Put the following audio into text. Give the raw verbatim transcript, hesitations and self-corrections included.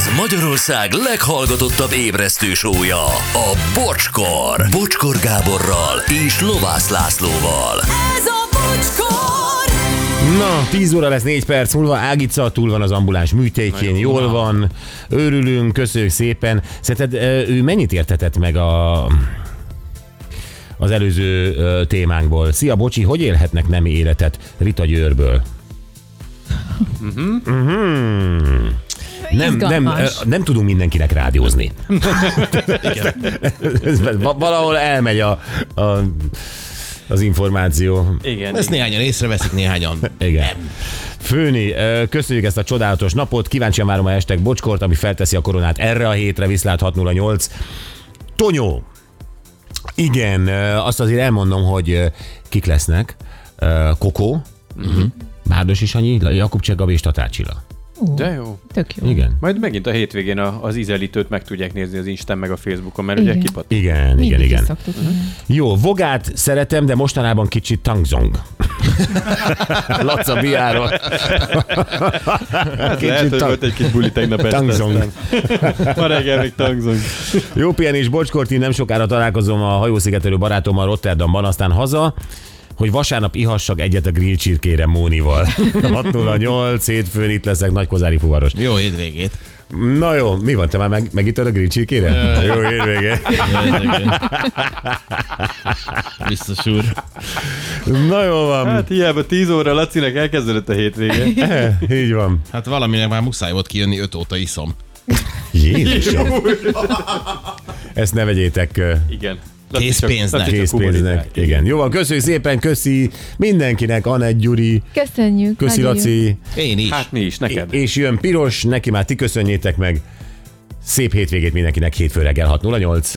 Ez Magyarország leghallgatottabb ébresztő show-ja, a Bocskor. Bocskor Gáborral és Lovász Lászlóval. Ez a Bocskor! Na, tíz óra lesz négy perc múlva, Ágica túl van az ambuláns műtétjén, jól van, örülünk, köszönjük szépen. Szerinted ő mennyit értetett meg a... az előző uh, témánkból? Szia, bocsi, hogy élhetnek nemi életet Rita Győrből? Uh-huh. Uh-huh. Nem, nem, nem tudunk mindenkinek rádiózni. Valahol elmegy a, a, az információ. Igen. Ezt néhányan észreveszik, néhányan igen. Nem. Főni, köszönjük ezt a csodálatos napot, kíváncsian várom a hashtag Bocskort, ami felteszi a koronát erre a hétre, viszlát hat nulla nyolc. Tonyó! Igen, azt azért elmondom, hogy kik lesznek. Kokó, uh-huh. Bárdos Sanyi, Jakub Gabi és Tatár Csilla. Uh, De jó. Tök jó. Igen. Majd megint a hétvégén az ízelítőt meg tudják nézni az Instán meg a Facebookon, mert igen. Ugye kipat. Igen, igen, igen. Uh-huh. Jó, Vogát szeretem, de mostanában kicsit tangzong. Laca Biáról. Hát lehet, hogy volt egy kis buli tegnap este. Tangzong. Ma reggel még tangzong. Jó pihenés, Bocskorti, nem sokára találkozom a hajószigetelő barátommal Rotterdamban, aztán haza, hogy vasárnap ihassak egyet a grill csirkére Mónival. hat nulla nyolc, hétfőn itt leszek, Nagykozári fuvaros. Jó hétvégét. Na jó, mi van, te már meg, megittad a grill csirkére? Jó hétvégét. Biztos úr. Na jó van. Hát hiába tíz óra Lacinek elkezdődött a hétvége. E, így van. Hát valaminek már muszáj volt kijönni, öt óta iszom. Jézusom. Ezt ne vegyétek. Igen. Készpénznek. Készpénznek. Igen. Jó van, köszönjük szépen, köszi mindenkinek, Anett, Gyuri. Köszönjük. Köszi, Laci. Én is. Hát mi is, neked. És jön Piros, neki már ti köszönjétek meg. Szép hétvégét mindenkinek, hétfő reggel hat nulla nyolc.